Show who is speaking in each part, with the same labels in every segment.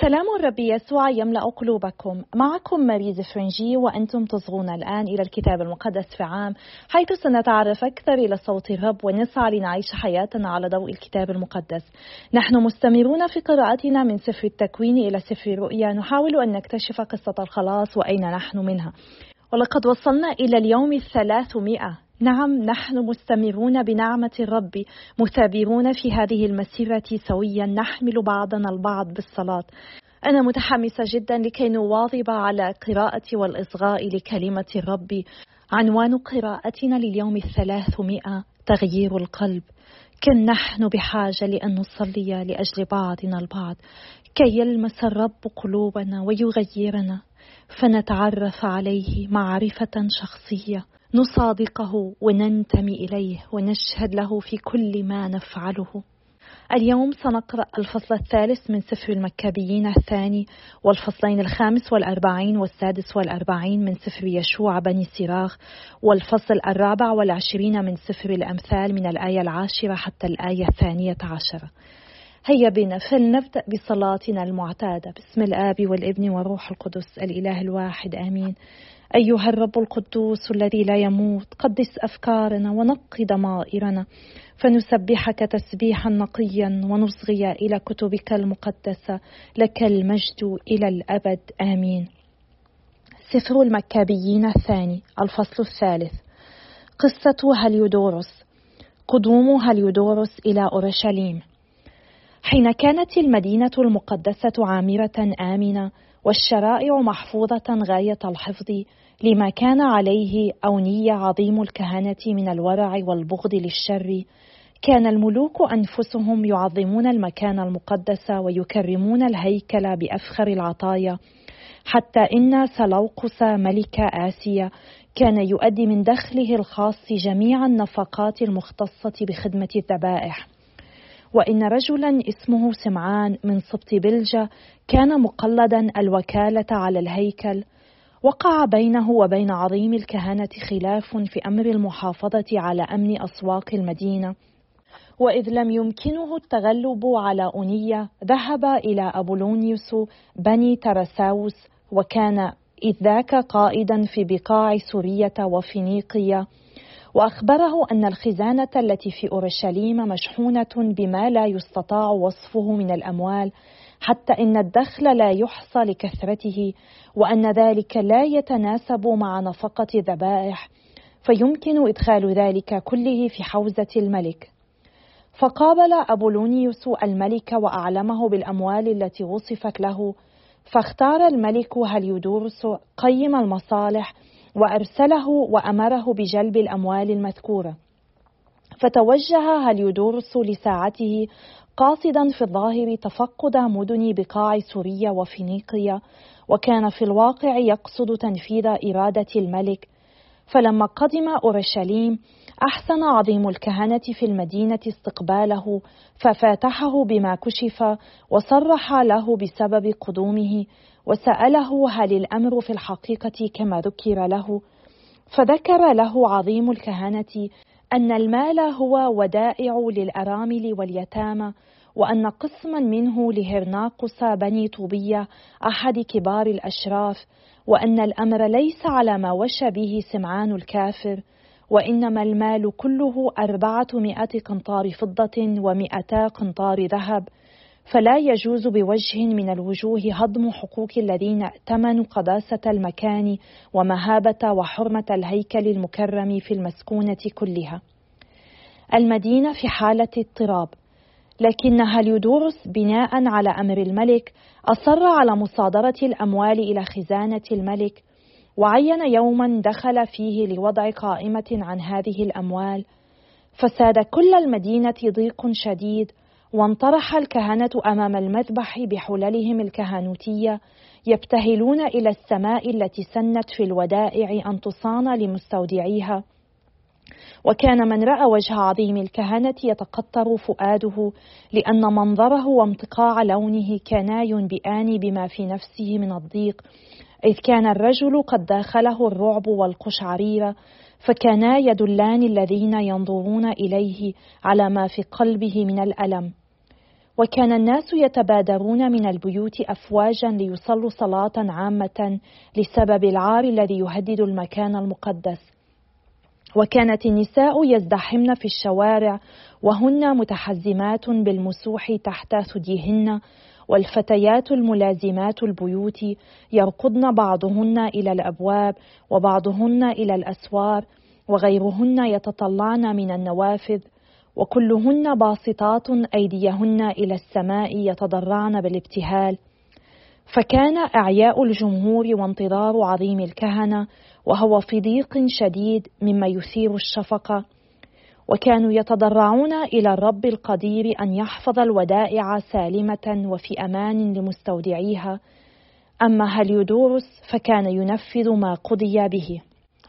Speaker 1: سلام الرب يسوع يملأ قلوبكم. معكم ماريز فرنجي وأنتم تصغون الآن إلى الكتاب المقدس في عام، حيث سنتعرف أكثر إلى صوت الرب ونسعى لنعيش حياتنا على ضوء الكتاب المقدس. نحن مستمرون في قراءتنا من سفر التكوين إلى سفر الرؤيا، نحاول أن نكتشف قصة الخلاص وأين نحن منها، ولقد وصلنا إلى اليوم 300. نعم، نحن مستمرون بنعمة الرب، مثابرون في هذه المسيرة سويا، نحمل بعضنا البعض بالصلاة. أنا متحمسة جدا لكي نواظب على قراءة والإصغاء لكلمة الرب. عنوان قراءتنا لليوم 300 تغيير القلب. كم نحن بحاجة لأن نصلي لأجل بعضنا البعض كي يلمس الرب قلوبنا ويغيرنا، فنتعرف عليه معرفة شخصية، نصادقه وننتمي إليه ونشهد له في كل ما نفعله. اليوم سنقرأ الفصل 3 من سفر المكابيين الثاني، والفصلين 45 و46 من سفر يشوع بني سراخ، والفصل 24 من سفر الأمثال من الآية 10 حتى الآية 12. هيا بنا فلنبدأ بصلاتنا المعتادة. باسم الآب والابن والروح القدس الإله الواحد آمين. أيها الرب القدوس الذي لا يموت، قدس أفكارنا ونقي ضمائرنا، فنسبحك تسبيحا نقيا ونصغي إلى كتبك المقدسة. لك المجد إلى الأبد آمين. سفر المكابيين الثاني، الفصل 3. قصة هليودورس. قدوم هليودورس إلى أورشليم. حين كانت المدينة المقدسة عامرة آمنة والشرائع محفوظة غاية الحفظ، لما كان عليه أونية عظيم الكهنة من الورع والبغض للشر، كان الملوك أنفسهم يعظمون المكان المقدس ويكرمون الهيكل بأفخر العطايا، حتى إن سلوقس ملك آسيا كان يؤدي من دخله الخاص جميع النفقات المختصة بخدمة الذبائح. وإن رجلا اسمه سمعان من سبط بلجة كان مقلدا الوكالة على الهيكل. وقع بينه وبين عظيم الكهنة خلاف في أمر المحافظة على أمن أسواق المدينة، وإذ لم يمكنه التغلب على أونية ذهب إلى أبولونيوس بني ترساوس، وكان إذ ذاك قائدا في بقاع سورية وفينيقية، وأخبره أن الخزانة التي في أورشليم مشحونة بما لا يستطاع وصفه من الأموال، حتى إن الدخل لا يحصى لكثرته، وأن ذلك لا يتناسب مع نفقة الذبائح، فيمكن إدخال ذلك كله في حوزة الملك. فقابل أبولونيوس الملك وأعلمه بالأموال التي وصفت له، فاختار الملك هليودورس قيم المصالح وأرسله وأمره بجلب الأموال المذكورة. فتوجه هليودورس لساعته قاصدا في الظاهر تفقد مدن بقاع سوريا وفينيقيا، وكان في الواقع يقصد تنفيذ إرادة الملك. فلما قدم أورشليم أحسن عظيم الكهنة في المدينة استقباله، ففاتحه بما كشف وصرح له بسبب قدومه، وسأله هل الأمر في الحقيقة كما ذكر له. فذكر له عظيم الكهنة أن المال هو ودائع للأرامل واليتامى، وأن قسما منه لهرناقس بني طوبية أحد كبار الأشراف، وأن الأمر ليس على ما وشى به سمعان الكافر، وإنما المال كله 400 قنطار فضة و200 قنطار ذهب، فلا يجوز بوجه من الوجوه هضم حقوق الذين ائتمنوا قداسة المكان ومهابة وحرمة الهيكل المكرم في المسكونة كلها. المدينة في حالة اضطراب، لكن هليودورس بناء على أمر الملك أصر على مصادرة الأموال إلى خزانة الملك، وعين يوما دخل فيه لوضع قائمة عن هذه الأموال. فساد كل المدينة ضيق شديد، وانطرح الكهنة أمام المذبح بحللهم الكهنوتية يبتهلون إلى السماء التي سنت في الودائع أن تصان لمستودعيها. وكان من رأى وجه عظيم الكهنة يتقطر فؤاده، لأن منظره وامتقاع لونه كانا ينبئان بما في نفسه من الضيق، إذ كان الرجل قد داخله الرعب والقشعريرة، فكانا يدلان الذين ينظرون إليه على ما في قلبه من الألم. وكان الناس يتبادرون من البيوت أفواجا ليصلوا صلاة عامة لسبب العار الذي يهدد المكان المقدس. وكانت النساء يزدحمن في الشوارع وهن متحزمات بالمسوح تحت ثديهن، والفتيات الملازمات البيوت يركضن بعضهن إلى الأبواب وبعضهن إلى الأسوار، وغيرهن يتطلعن من النوافذ، وكلهن باسطات أيديهن إلى السماء يتضرعن بالابتهال. فكان إعياء الجمهور وانتظار عظيم الكهنة وهو في ضيق شديد مما يثير الشفقة، وكانوا يتضرعون إلى الرب القدير أن يحفظ الودائع سالمة وفي أمان لمستودعيها. أما هليودورس فكان ينفذ ما قضي به.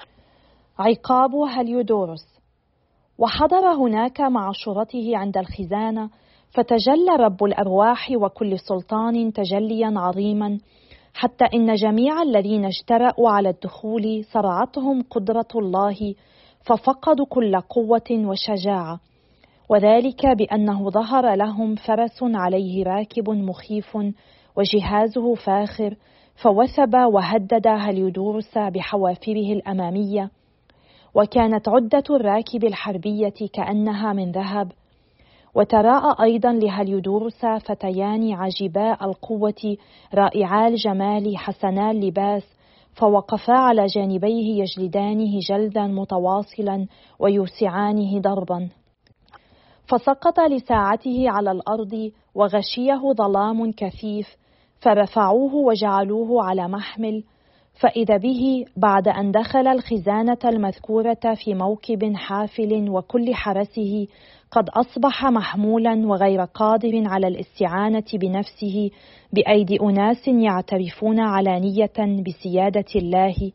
Speaker 1: عقاب هليودورس. وحضر هناك مع شرطه عند الخزانة، فتجلى رب الأرواح وكل سلطان تجليا عظيما، حتى إن جميع الذين اجترأوا على الدخول صرعتهم قدرة الله، ففقدوا كل قوة وشجاعة، وذلك بأنه ظهر لهم فرس عليه راكب مخيف وجهازه فاخر، فوثب وهدد هليودورس بحوافره الأمامية، وكانت عدة الراكب الحربية كأنها من ذهب. وتراءى أيضا لهليودورس فتيان عجيباء القوة رائعا الجمال حسنا اللباس، فوقفا على جانبيه يجلدانه جلدا متواصلا ويوسعانه ضربا، فسقط لساعته على الأرض وغشيه ظلام كثيف، فرفعوه وجعلوه على محمل، فإذا به بعد أن دخل الخزانة المذكورة في موكب حافل وكل حرسه قد أصبح محمولا وغير قادر على الاستعانة بنفسه بأيدي أناس يعترفون علانية بسيادة الله.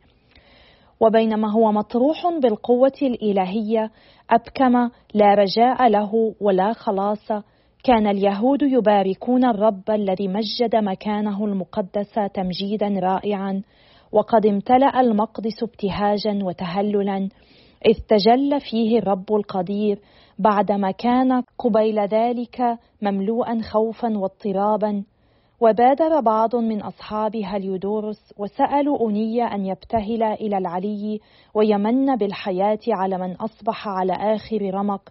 Speaker 1: وبينما هو مطروح بالقوة الإلهية أبكم لا رجاء له ولا خلاص، كان اليهود يباركون الرب الذي مجد مكانه المقدس تمجيدا رائعا، وقد امتلأ المقدس ابتهاجا وتهللا، إذ تجلى فيه الرب القدير بعدما كان قبيل ذلك مملوءا خوفا واضطرابا. وبادر بعض من أصحاب هليودورس وسألوا أنية أن يبتهل إلى العلي ويمن بالحياة على من أصبح على آخر رمق.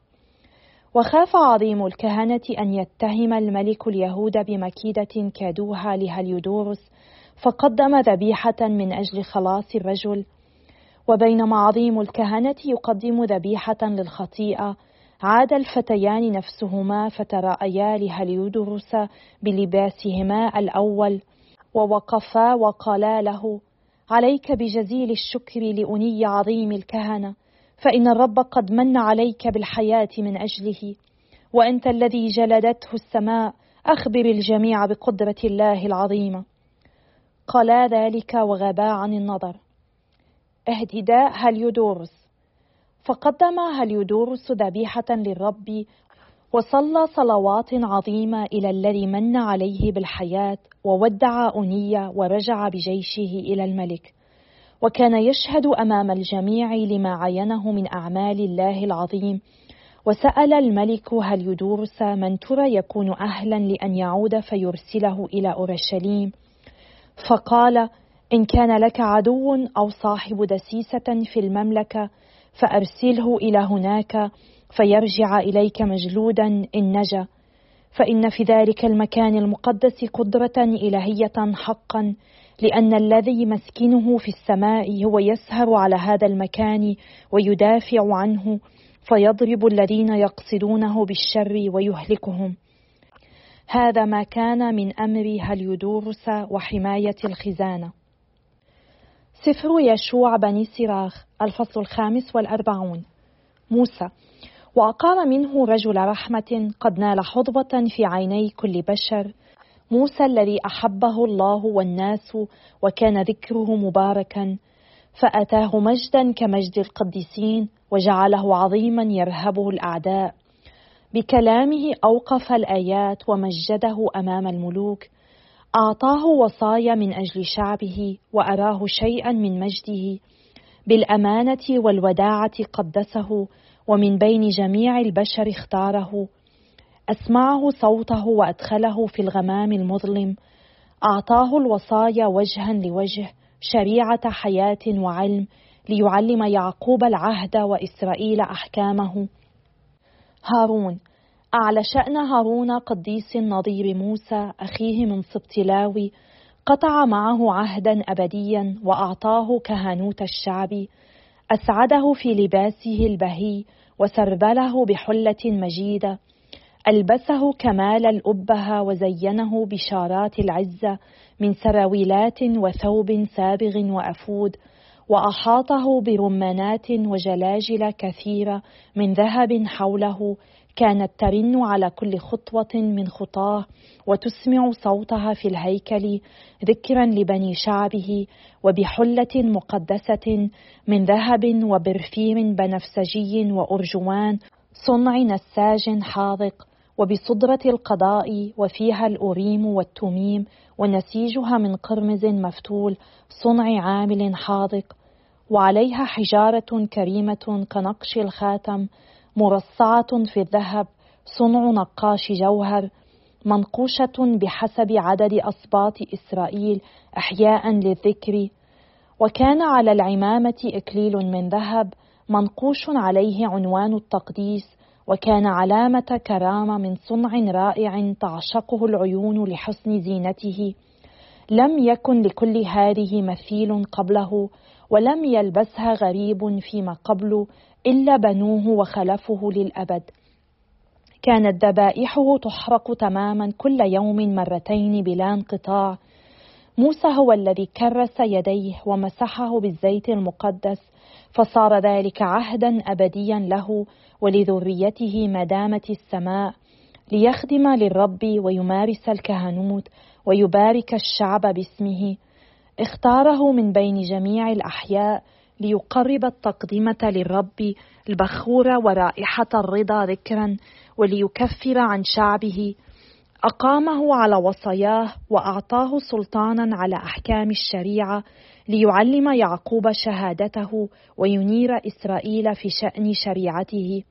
Speaker 1: وخاف عظيم الكهنة أن يتهم الملك اليهود بمكيدة كادوها لهليودورس، فقدم ذبيحة من أجل خلاص الرجل. وبينما عظيم الكهنة يقدم ذبيحة للخطيئة، عاد الفتيان نفسهما فتراءيا لهليودورس بلباسهما الأول، ووقفا وقالا له: عليك بجزيل الشكر لأني عظيم الكهنة، فإن الرب قد من عليك بالحياة من أجله، وأنت الذي جلدته السماء، أخبر الجميع بقدرة الله العظيمة. قالا ذلك وغابا عن النظر. اهتداء هليودورس. فقدم هليودورس ذبيحة للرب، وصلى صلوات عظيمة إلى الذي من عليه بالحياة، وودع أنية ورجع بجيشه إلى الملك. وكان يشهد أمام الجميع لما عينه من أعمال الله العظيم. وسأل الملك هليودورس من ترى يكون أهلا لأن يعود فيرسله إلى أورشليم، فقال: إن كان لك عدو أو صاحب دسيسة في المملكة فأرسله إلى هناك فيرجع إليك مجلودا إن نجا، فإن في ذلك المكان المقدس قدرة إلهية حقا، لأن الذي مسكنه في السماء هو يسهر على هذا المكان ويدافع عنه، فيضرب الذين يقصدونه بالشر ويهلكهم. هذا ما كان من أمر هليودورس وحماية الخزانة. سفر يشوع بني سراخ، الفصل 45. موسى. وأقام منه رجل رحمة قد نال حظوة في عيني كل بشر، موسى الذي أحبه الله والناس، وكان ذكره مباركا، فأتاه مجدا كمجد القديسين، وجعله عظيما يرهبه الأعداء. بكلامه أوقف الآيات ومجده أمام الملوك، أعطاه وصايا من أجل شعبه، وأراه شيئا من مجده. بالأمانة والوداعة قدسه، ومن بين جميع البشر اختاره. أسمعه صوته وأدخله في الغمام المظلم، أعطاه الوصايا وجها لوجه، شريعة حياة وعلم، ليعلم يعقوب العهد وإسرائيل أحكامه. هارون، أعلى شأن هارون قديس نظير موسى أخيه من سبط لاوي، قطع معه عهدا أبديا وأعطاه كهنوت الشعب، أسعده في لباسه البهي وسربله بحلة مجيدة، ألبسه كمال الأبهة وزينه بشارات العزة من سراويلات وثوب سابغ وأفود، وأحاطه برمانات وجلاجل كثيرة من ذهب حوله، كانت ترن على كل خطوة من خطاه وتسمع صوتها في الهيكل ذكرا لبني شعبه، وبحلة مقدسة من ذهب وبرفيم بنفسجي وأرجوان صنع نساج حاذق، وبصدرة القضاء وفيها الأوريم والتميم، ونسيجها من قرمز مفتول صنع عامل حاذق، وعليها حجارة كريمة كنقش الخاتم مرصعة في الذهب صنع نقاش جوهر، منقوشة بحسب عدد أسباط إسرائيل أحياء للذكر. وكان على العمامة إكليل من ذهب منقوش عليه عنوان التقديس، وكان علامة كرامة من صنع رائع تعشقه العيون لحسن زينته، لم يكن لكل هذه مثيل قبله، ولم يلبسها غريب فيما قبل إلا بنوه وخلفه للأبد. كانت ذبائحه تحرق تماما كل يوم مرتين بلا انقطاع. موسى هو الذي كرس يديه ومسحه بالزيت المقدس، فصار ذلك عهدا أبديا له ولذريته ما دامت السماء، ليخدم للرب ويمارس الكهنوت ويبارك الشعب باسمه. اختاره من بين جميع الأحياء ليقرب التقدمة للرب البخور ورائحة الرضا ذكرا، وليكفر عن شعبه. أقامه على وصاياه وأعطاه سلطانا على أحكام الشريعة، ليعلم يعقوب شهادته وينير إسرائيل في شأن شريعته.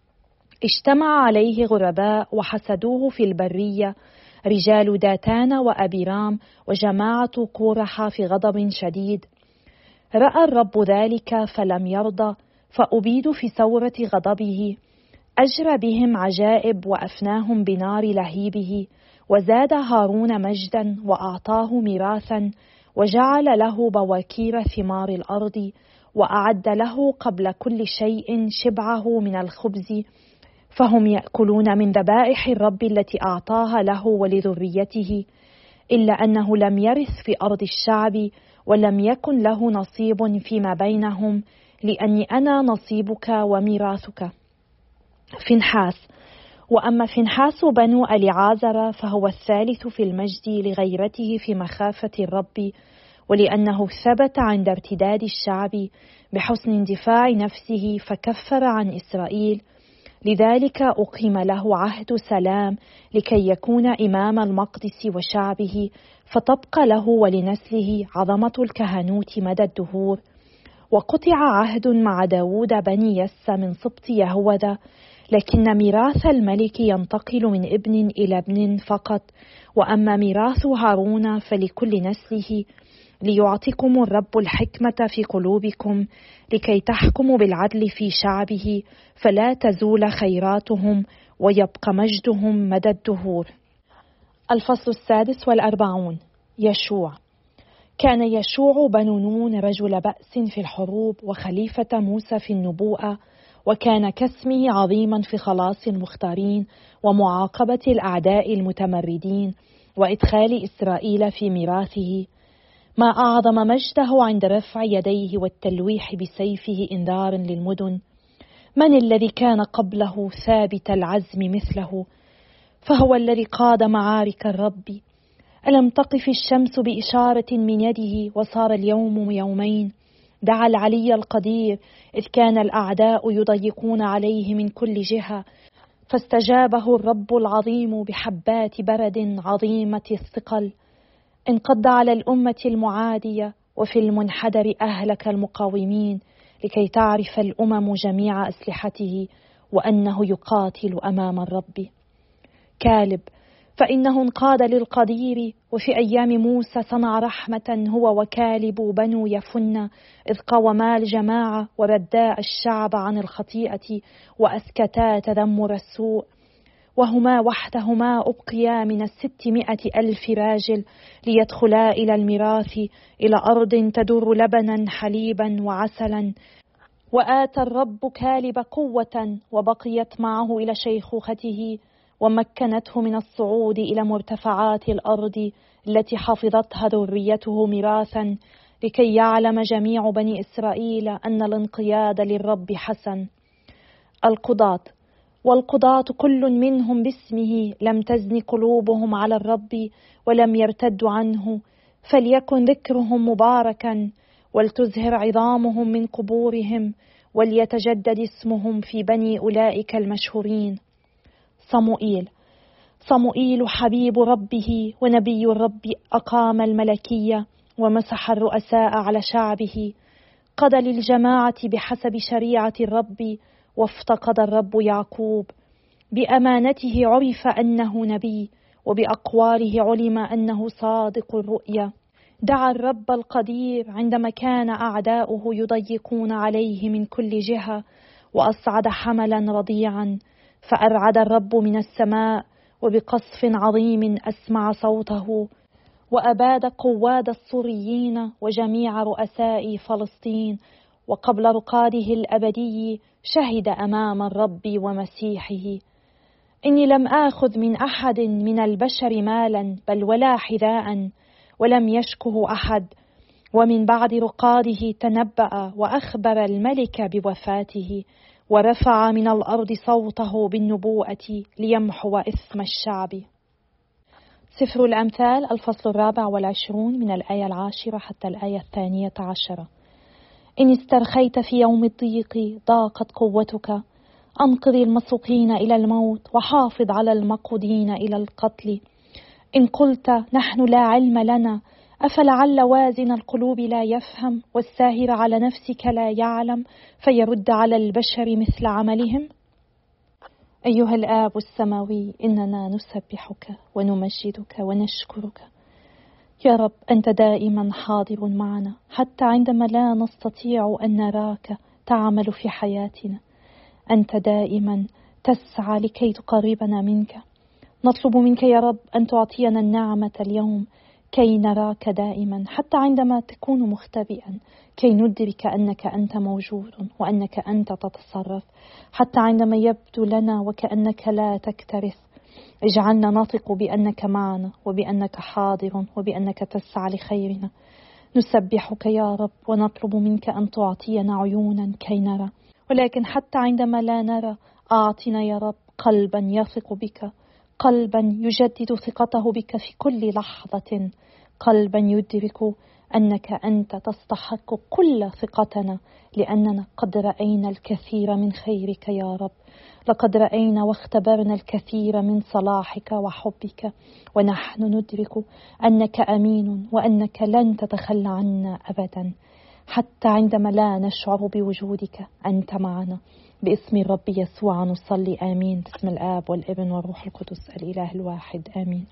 Speaker 1: اجتمع عليه غرباء وحسدوه في البرية، رجال داتان وأبيرام وجماعة كورح في غضب شديد. رأى الرب ذلك فلم يرضى، فأبيدوا في ثورة غضبه. أجرى بهم عجائب وأفناهم بنار لهيبه، وزاد هارون مجدا وأعطاه ميراثا، وجعل له بواكير ثمار الأرض، وأعد له قبل كل شيء شبعه من الخبز، فهم يأكلون من ذبائح الرب التي أعطاها له ولذريته. إلا أنه لم يرث في أرض الشعب، ولم يكن له نصيب فيما بينهم، لأني أنا نصيبك وميراثك. فنحاس. وأما فنحاس بنو أليعازر فهو الثالث في المجد لغيرته في مخافة الرب، ولأنه ثبت عند ارتداد الشعب بحسن اندفاع نفسه فكفر عن إسرائيل، لذلك أقيم له عهد سلام لكي يكون إمام المقدس وشعبه، فتبقى له ولنسله عظمة الكهنوت مدى الدهور. وقطع عهد مع داود بني يس من سبط يهوذا، لكن ميراث الملك ينتقل من ابن إلى ابن فقط، وأما ميراث هارون فلكل نسله، ليعطيكم الرب الحكمة في قلوبكم لكي تحكموا بالعدل في شعبه، فلا تزول خيراتهم ويبقى مجدهم مدى الدهور. الفصل 46. يشوع. كان يشوع بن نون رجل بأس في الحروب وخليفة موسى في النبوءة، وكان كاسمه عظيما في خلاص المختارين ومعاقبة الأعداء المتمردين وإدخال إسرائيل في ميراثه. ما أعظم مجده عند رفع يديه والتلويح بسيفه إنذارا للمدن. من الذي كان قبله ثابت العزم مثله؟ فهو الذي قاد معارك الرب. ألم تقف الشمس بإشارة من يده وصار اليوم يومين؟ دعا العلي القدير إذ كان الأعداء يضيقون عليه من كل جهة، فاستجابه الرب العظيم بحبات برد عظيمة الثقل. انقض على الأمة المعادية، وفي المنحدر أهلك المقاومين، لكي تعرف الأمم جميع أسلحته وأنه يقاتل أمام الرب. كالب، فإنه انقاد للقدير، وفي أيام موسى صنع رحمة هو وكالب بنو يفنى، إذ قاوما الجماعة ورداء الشعب عن الخطيئة وأسكتا تذمر السوء. وهما وحدهما أبقيا من 600,000 راجل ليدخلا إلى الميراث، إلى أرض تدر لبنا حليبا وعسلا. وآتى الرب كالب قوة، وبقيت معه إلى شيخوخته، ومكنته من الصعود إلى مرتفعات الأرض التي حفظتها ذريته ميراثا، لكي يعلم جميع بني إسرائيل أن الانقياد للرب حسن. القضاة، والقضاة كل منهم باسمه لم تزن قلوبهم على الرب ولم يرتدوا عنه، فليكن ذكرهم مباركا، ولتزهر عظامهم من قبورهم، وليتجدد اسمهم في بني أولئك المشهورين. صموئيل حبيب ربه ونبي الرب، أقام الملكية ومسح الرؤساء على شعبه، قضى للجماعة بحسب شريعة الرب، وافتقد الرب يعقوب. بأمانته عرف أنه نبي، وبأقواله علم أنه صادق الرؤيا. دعا الرب القدير عندما كان أعداؤه يضيقون عليه من كل جهة، وأصعد حملا رضيعا، فأرعد الرب من السماء، وبقصف عظيم أسمع صوته، وأباد قواد الصوريين وجميع رؤساء فلسطين. وقبل رقاده الأبدي شهد أمام الرب ومسيحه: إني لم آخذ من أحد من البشر مالا بل ولا حذاء، ولم يشكه أحد. ومن بعد رقاده تنبأ وأخبر الملك بوفاته، ورفع من الأرض صوته بالنبوءة ليمحو إثم الشعب. سفر الأمثال الفصل 24 من الآية 10 حتى الآية 12. إن استرخيت في يوم الضيق ضاقت قوتك، أنقذ المسوقين إلى الموت، وحافظ على المقودين إلى القتل. إن قلت نحن لا علم لنا، أفلعل وازن القلوب لا يفهم، والساهر على نفسك لا يعلم، فيرد على البشر مثل عملهم؟ أيها الآب السماوي، إننا نسبحك ونمجدك ونشكرك يا رب. أنت دائما حاضر معنا، حتى عندما لا نستطيع أن نراك تعمل في حياتنا. أنت دائما تسعى لكي تقربنا منك. نطلب منك يا رب أن تعطينا النعمة اليوم كي نراك دائما، حتى عندما تكون مختبئا، كي ندرك أنك أنت موجود وأنك أنت تتصرف، حتى عندما يبدو لنا وكأنك لا تكترث. اجعلنا نثق بأنك معنا، وبأنك حاضر، وبأنك تسعى لخيرنا. نسبحك يا رب ونطلب منك أن تعطينا عيونا كي نرى، ولكن حتى عندما لا نرى أعطنا يا رب قلبا يثق بك، قلبا يجدد ثقته بك في كل لحظة، قلبا يدرك أنك أنت تستحق كل ثقتنا، لأننا قد رأينا الكثير من خيرك يا رب. لقد رأينا واختبرنا الكثير من صلاحك وحبك، ونحن ندرك أنك أمين، وأنك لن تتخلى عنا أبدا، حتى عندما لا نشعر بوجودك أنت معنا. باسم الرب يسوع نصلي آمين. باسم الآب والابن والروح القدس الإله الواحد آمين.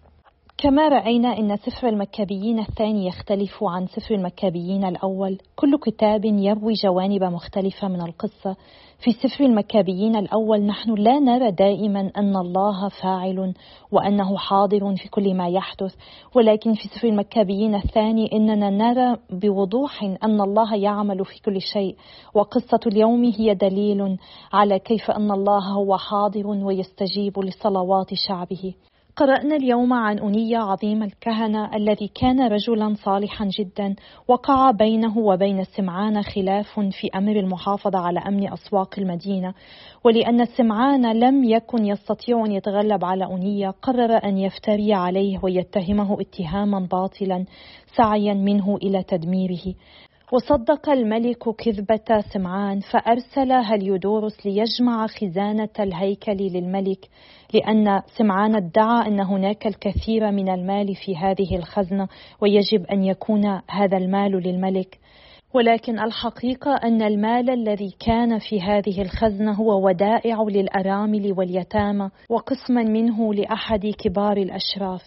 Speaker 1: كما رأينا أن سفر المكابيين الثاني يختلف عن سفر المكابيين الأول. كل كتاب يروي جوانب مختلفة من القصة. في سفر المكابيين الأول نحن لا نرى دائما أن الله فاعل وأنه حاضر في كل ما يحدث، ولكن في سفر المكابيين الثاني إننا نرى بوضوح أن الله يعمل في كل شيء، وقصة اليوم هي دليل على كيف أن الله هو حاضر ويستجيب لصلوات شعبه. قرأنا اليوم عن أونيا عظيم الكهنة الذي كان رجلا صالحا جدا. وقع بينه وبين سمعان خلاف في أمر المحافظة على أمن أسواق المدينة، ولأن سمعان لم يكن يستطيع أن يتغلب على أونيا قرر أن يفتري عليه ويتهمه اتهاما باطلا سعيا منه إلى تدميره. وصدق الملك كذبة سمعان، فأرسل هليودورس ليجمع خزانة الهيكل للملك، لأن سمعان ادعى أن هناك الكثير من المال في هذه الخزنة، ويجب أن يكون هذا المال للملك. ولكن الحقيقة أن المال الذي كان في هذه الخزنة هو ودائع للأرامل واليتامى، وقسما منه لأحد كبار الأشراف.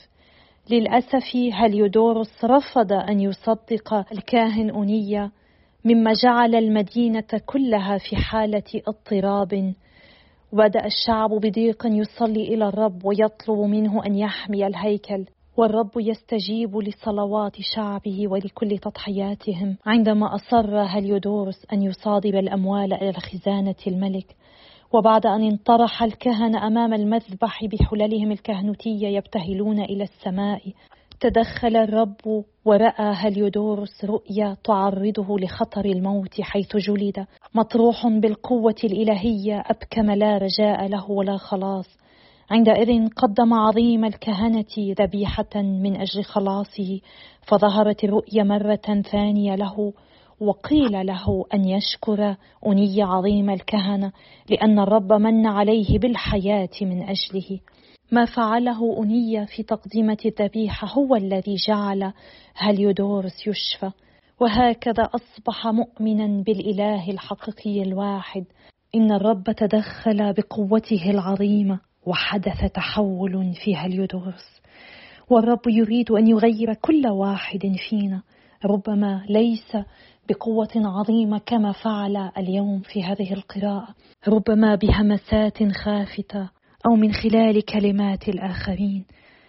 Speaker 1: للأسف هليودوروس رفض أن يصدق الكاهن أونية، مما جعل المدينة كلها في حالة اضطراب. وبدأ الشعب بضيق يصلي إلى الرب ويطلب منه أن يحمي الهيكل، والرب يستجيب لصلوات شعبه ولكل تضحياتهم عندما أصر هليودوروس أن يصادر الأموال إلى خزانة الملك. وبعد أن انطرح الكهنة أمام المذبح بحللهم الكهنوتية يبتهلون إلى السماء، تدخل الرب ورأى هليودوروس رؤيا تعرضه لخطر الموت، حيث جلد مطروح بالقوة الإلهية أبكم لا رجاء له ولا خلاص. عندئذ قدم عظيم الكهنة ذبيحة من أجل خلاصه، فظهرت الرؤيا مرة ثانية له، وقيل له أن يشكر أونية عظيم الكهنة لأن الرب من عليه بالحياة من أجله. ما فعله أونية في تقديمة الذبيحة هو الذي جعل هليودوروس يشفى، وهكذا أصبح مؤمنا بالإله الحقيقي الواحد. إن الرب تدخل بقوته العظيمة وحدث تحول في هليودوروس، والرب يريد أن يغير كل واحد فينا، ربما ليس بقوة عظيمة كما فعل اليوم في هذه القراءة، ربما بهمسات خافتة أو من خلال كلمات الآخرين.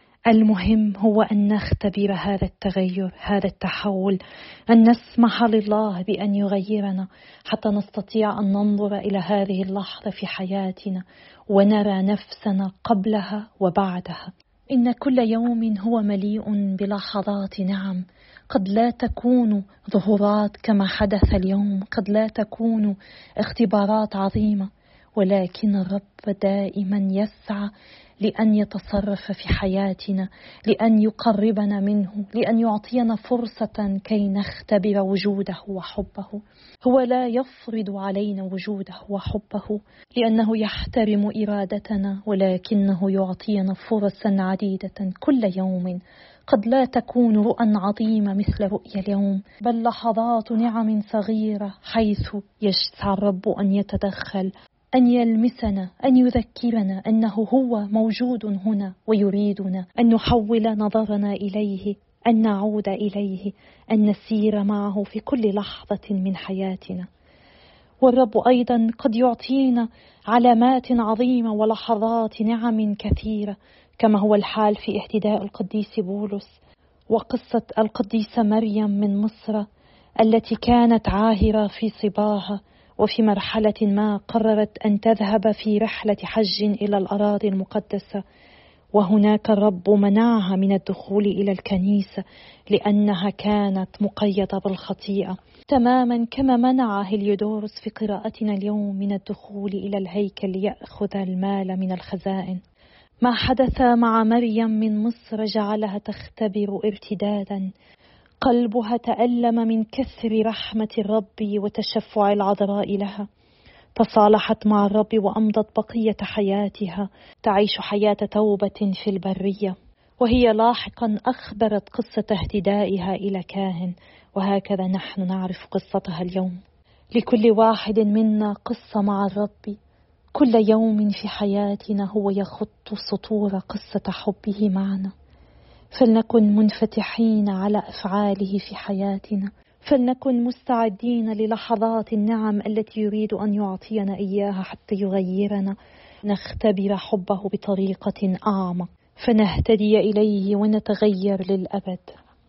Speaker 1: المهم هو أن نختبر هذا التغير، هذا التحول، أن نسمح لله بأن يغيرنا حتى نستطيع أن ننظر إلى هذه اللحظة في حياتنا ونرى نفسنا قبلها وبعدها. إن كل يوم هو مليء بلحظات نعم، قد لا تكون ظهورات كما حدث اليوم، قد لا تكون اختبارات عظيمة، ولكن الرب دائما يسعى لأن يتصرف في حياتنا، لأن يقربنا منه، لأن يعطينا فرصة كي نختبر وجوده وحبه. هو لا يفرض علينا وجوده وحبه لأنه يحترم إرادتنا، ولكنه يعطينا فرصا عديدة كل يوم. قد لا تكون رؤى عظيمة مثل رؤيا اليوم، بل لحظات نعم صغيرة حيث يسعى الرب أن يتدخل، أن يلمسنا، أن يذكرنا أنه هو موجود هنا ويريدنا أن نحول نظرنا إليه، أن نعود إليه، أن نسير معه في كل لحظة من حياتنا. والرب أيضا قد يعطينا علامات عظيمة ولحظات نعم كثيرة، كما هو الحال في اهتداء القديس بولس، وقصة القديسة مريم من مصر التي كانت عاهرة في صباها، وفي مرحلة ما قررت أن تذهب في رحلة حج إلى الأراضي المقدسة، وهناك الرب منعها من الدخول إلى الكنيسة لأنها كانت مقيدة بالخطيئة، تماما كما منع هليودوروس في قراءتنا اليوم من الدخول إلى الهيكل ليأخذ المال من الخزائن. ما حدث مع مريم من مصر جعلها تختبر ارتدادا، قلبها تألم من كثر رحمة الرب وتشفع العذراء لها، تصالحت مع الرب وأمضت بقية حياتها تعيش حياة توبة في البرية، وهي لاحقا أخبرت قصة اهتدائها إلى كاهن، وهكذا نحن نعرف قصتها اليوم. لكل واحد منا قصة مع الرب، كل يوم في حياتنا هو يخط سطور قصة حبه معنا، فلنكن منفتحين على أفعاله في حياتنا، فلنكن مستعدين للحظات النعم التي يريد أن يعطينا إياها حتى يغيرنا، نختبر حبه بطريقة أعمق، فنهتدي إليه ونتغير للأبد.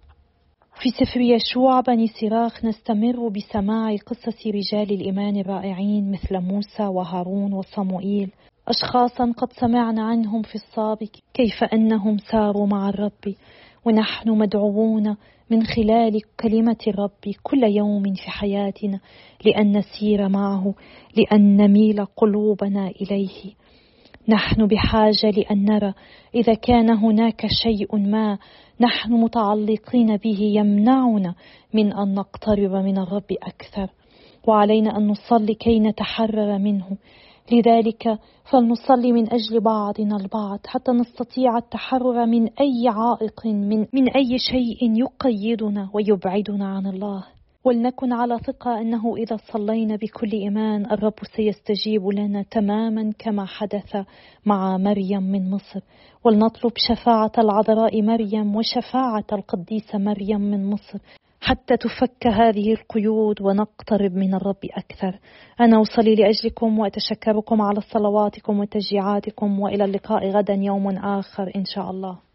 Speaker 1: في سفر يشوع بني سراخ نستمر بسماع قصص رجال الإيمان الرائعين مثل موسى وهارون وصموئيل، أشخاصا قد سمعنا عنهم في السابق كيف أنهم ساروا مع الرب، ونحن مدعوون من خلال كلمة الرب كل يوم في حياتنا لأن نسير معه، لأن نميل قلوبنا إليه. نحن بحاجة لأن نرى إذا كان هناك شيء ما نحن متعلقين به يمنعنا من أن نقترب من الرب أكثر، وعلينا أن نصلي كي نتحرر منه. لذلك فلنصلي من أجل بعضنا البعض حتى نستطيع التحرر من أي عائق، من أي شيء يقيدنا ويبعدنا عن الله. ولنكن على ثقة أنه إذا صلينا بكل إيمان الرب سيستجيب لنا تماما كما حدث مع مريم من مصر. ولنطلب شفاعة العذراء مريم وشفاعة القديسة مريم من مصر حتى تفك هذه القيود ونقترب من الرب أكثر. أنا أصلي لأجلكم وأتشكركم على صلواتكم وتشجيعاتكم، وإلى اللقاء غدا يوم آخر إن شاء الله.